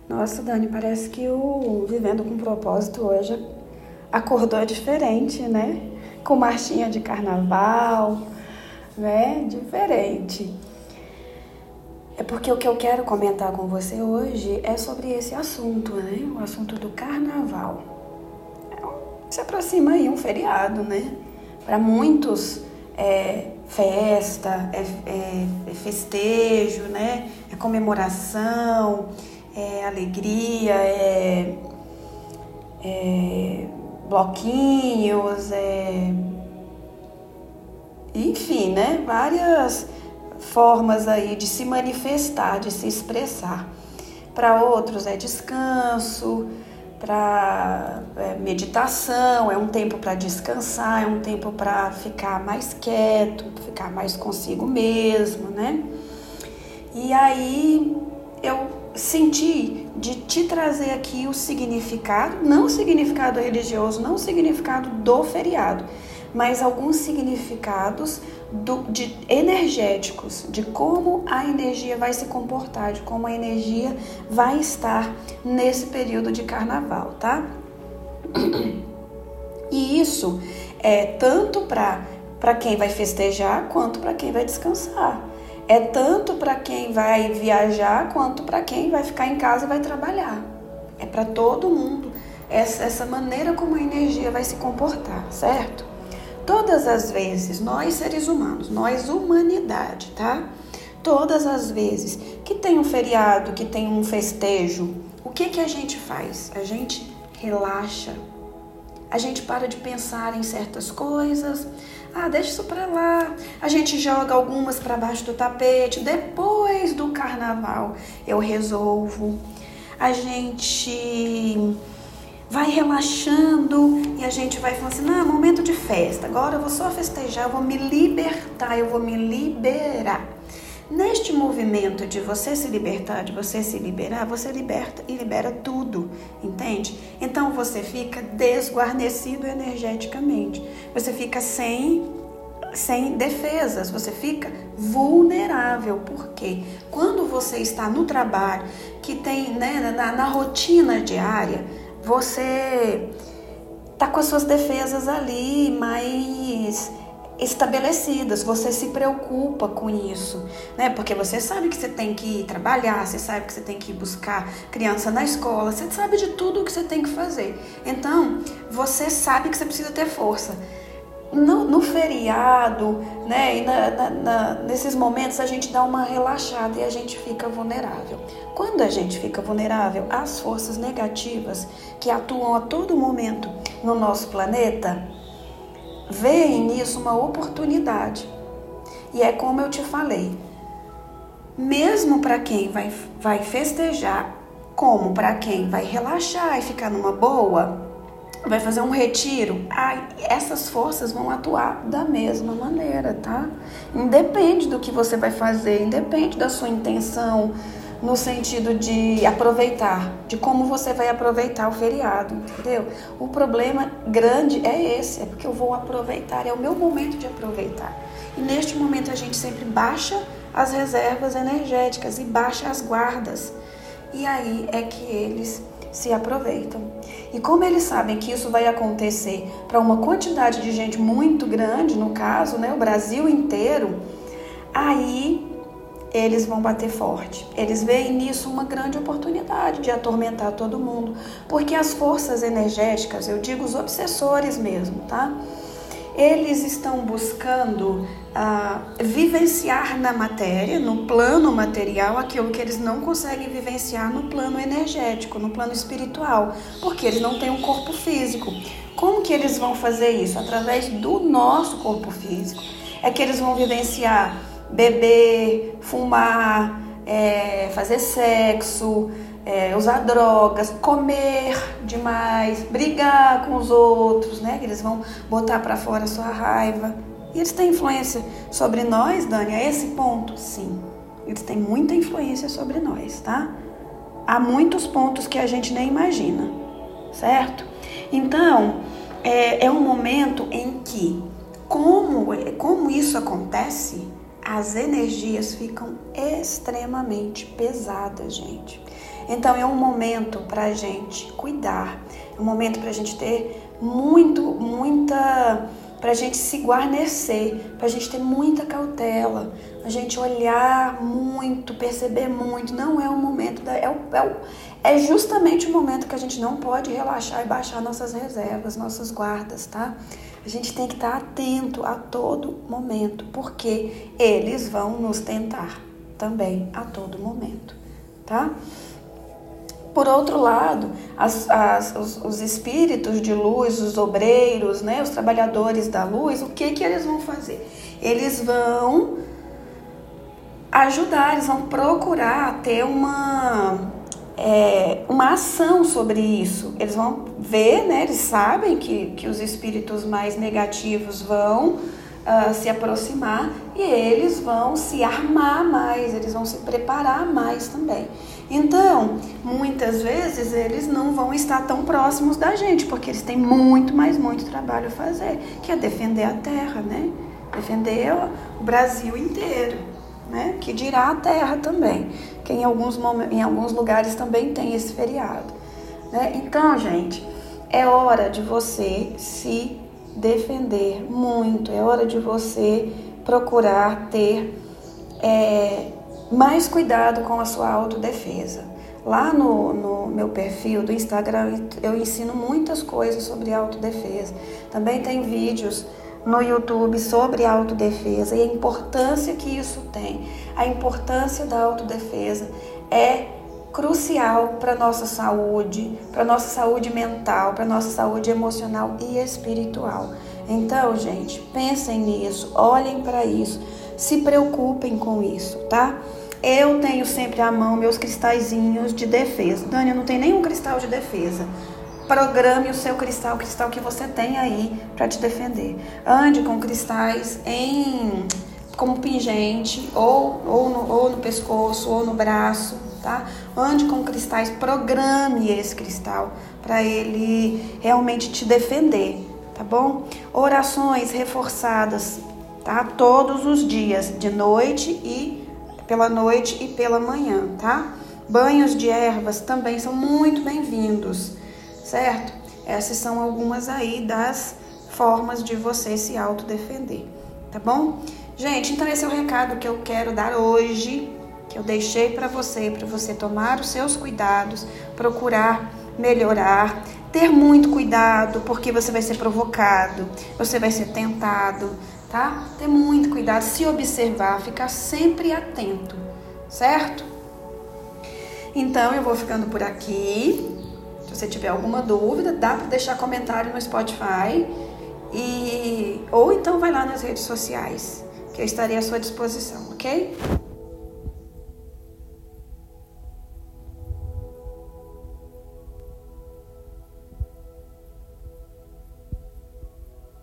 Nossa, Dani, parece que o Vivendo com Propósito hoje acordou diferente, né? Com marchinha de carnaval, né? Diferente. É porque o que eu quero comentar com você hoje é sobre esse assunto, né? O assunto do carnaval. Se aproxima aí um feriado, né? Para muitos é festa, é festejo, né? É comemoração, é alegria, bloquinhos, enfim, né? Várias formas aí de se manifestar, de se expressar. Para outros é descanso, para meditação, é um tempo para descansar, é um tempo para ficar mais quieto, ficar mais consigo mesmo, né? E aí eu senti de te trazer aqui o significado, não o significado religioso, não o significado do feriado, mas alguns significados energéticos, de como a energia vai se comportar, de como a energia vai estar nesse período de carnaval, tá? E isso é tanto para quem vai festejar quanto para quem vai descansar. É tanto para quem vai viajar quanto para quem vai ficar em casa e vai trabalhar. É para todo mundo essa maneira como a energia vai se comportar, certo? Todas as vezes, nós seres humanos, nós humanidade, tá? Todas as vezes que tem um feriado, que tem um festejo, o que a gente faz? A gente relaxa. A gente para de pensar em certas coisas. Deixa isso pra lá. A gente joga algumas para baixo do tapete. Depois do carnaval eu resolvo. A gente vai relaxando e a gente vai falando assim, não, momento de festa, agora eu vou só festejar, eu vou me libertar, eu vou me liberar. Neste movimento de você se libertar, de você se liberar, você liberta e libera tudo, entende? Então você fica desguarnecido energeticamente, você fica sem defesas, você fica vulnerável, porque quando você está no trabalho, que tem, né, na rotina diária, você tá com as suas defesas ali mais estabelecidas, você se preocupa com isso, né? Porque você sabe que você tem que ir trabalhar, você sabe que você tem que ir buscar criança na escola, você sabe de tudo o que você tem que fazer. Então, você sabe que você precisa ter força. No feriado, né, e nesses momentos a gente dá uma relaxada e a gente fica vulnerável. Quando a gente fica vulnerável, as forças negativas que atuam a todo momento no nosso planeta veem nisso uma oportunidade. E é como eu te falei, mesmo para quem vai festejar, como para quem vai relaxar e ficar numa boa, vai fazer um retiro, essas forças vão atuar da mesma maneira, tá? Independe do que você vai fazer, independe da sua intenção, no sentido de aproveitar, de como você vai aproveitar o feriado, entendeu? O problema grande é esse, é porque eu vou aproveitar, é o meu momento de aproveitar. E neste momento a gente sempre baixa as reservas energéticas e baixa as guardas. E aí é que eles se aproveitam. E como eles sabem que isso vai acontecer para uma quantidade de gente muito grande, no caso, né, o Brasil inteiro, aí eles vão bater forte. Eles veem nisso uma grande oportunidade de atormentar todo mundo, porque as forças energéticas, eu digo os obsessores mesmo, tá? Eles estão buscando vivenciar na matéria, no plano material, aquilo que eles não conseguem vivenciar no plano energético, no plano espiritual, porque eles não têm um corpo físico. Como que eles vão fazer isso? Através do nosso corpo físico. É que eles vão vivenciar beber, fumar, fazer sexo, usar drogas, comer demais, brigar com os outros, né? Eles vão botar para fora a sua raiva. E eles têm influência sobre nós, Dani, a esse ponto? Sim, eles têm muita influência sobre nós, tá? Há muitos pontos que a gente nem imagina, certo? Então, é um momento em que, como isso acontece, as energias ficam extremamente pesadas, gente. Então é um momento para a gente cuidar, é um momento para a gente ter para a gente se guarnecer, para a gente ter muita cautela, a gente olhar muito, perceber muito. Não é o momento, é justamente o momento que a gente não pode relaxar e baixar nossas reservas, nossas guardas, tá? A gente tem que estar atento a todo momento, porque eles vão nos tentar também a todo momento, tá? Por outro lado, os espíritos de luz, os obreiros, né, os trabalhadores da luz, o que eles vão fazer? Eles vão ajudar, eles vão procurar ter uma ação sobre isso. Eles vão ver, né, eles sabem que os espíritos mais negativos vão se aproximar e eles vão se armar mais, eles vão se preparar mais também. Então, muitas vezes eles não vão estar tão próximos da gente, porque eles têm muito trabalho a fazer, que é defender a terra, né? Defender o Brasil inteiro, né? Que dirá a terra também, que em alguns lugares também tem esse feriado, né? Então, gente, é hora de você se defender muito, é hora de você procurar ter mais cuidado com a sua autodefesa. Lá no meu perfil do Instagram eu ensino muitas coisas sobre autodefesa. Também tem vídeos no YouTube sobre autodefesa e a importância que isso tem. A importância da autodefesa é crucial para a nossa saúde mental, para a nossa saúde emocional e espiritual. Então, gente, pensem nisso, olhem para isso, se preocupem com isso, tá? Eu tenho sempre à mão meus cristalzinhos de defesa. Dani, eu não tenho nenhum cristal de defesa. Programe o seu cristal, o cristal que você tem aí para te defender. Ande com cristais como pingente, ou no pescoço, ou no braço, tá? Ande com cristais, programe esse cristal para ele realmente te defender, tá bom? Orações reforçadas, tá? Todos os dias, pela noite e pela manhã, tá? Banhos de ervas também são muito bem-vindos, certo? Essas são algumas aí das formas de você se autodefender, tá bom? Gente, então esse é o recado que eu quero dar hoje, que eu deixei para você tomar os seus cuidados, procurar melhorar, ter muito cuidado, porque você vai ser provocado, você vai ser tentado, tá? Ter muito cuidado, se observar, ficar sempre atento, certo? Então eu vou ficando por aqui. Se você tiver alguma dúvida, dá para deixar comentário no Spotify ou então vai lá nas redes sociais, que eu estarei à sua disposição, ok?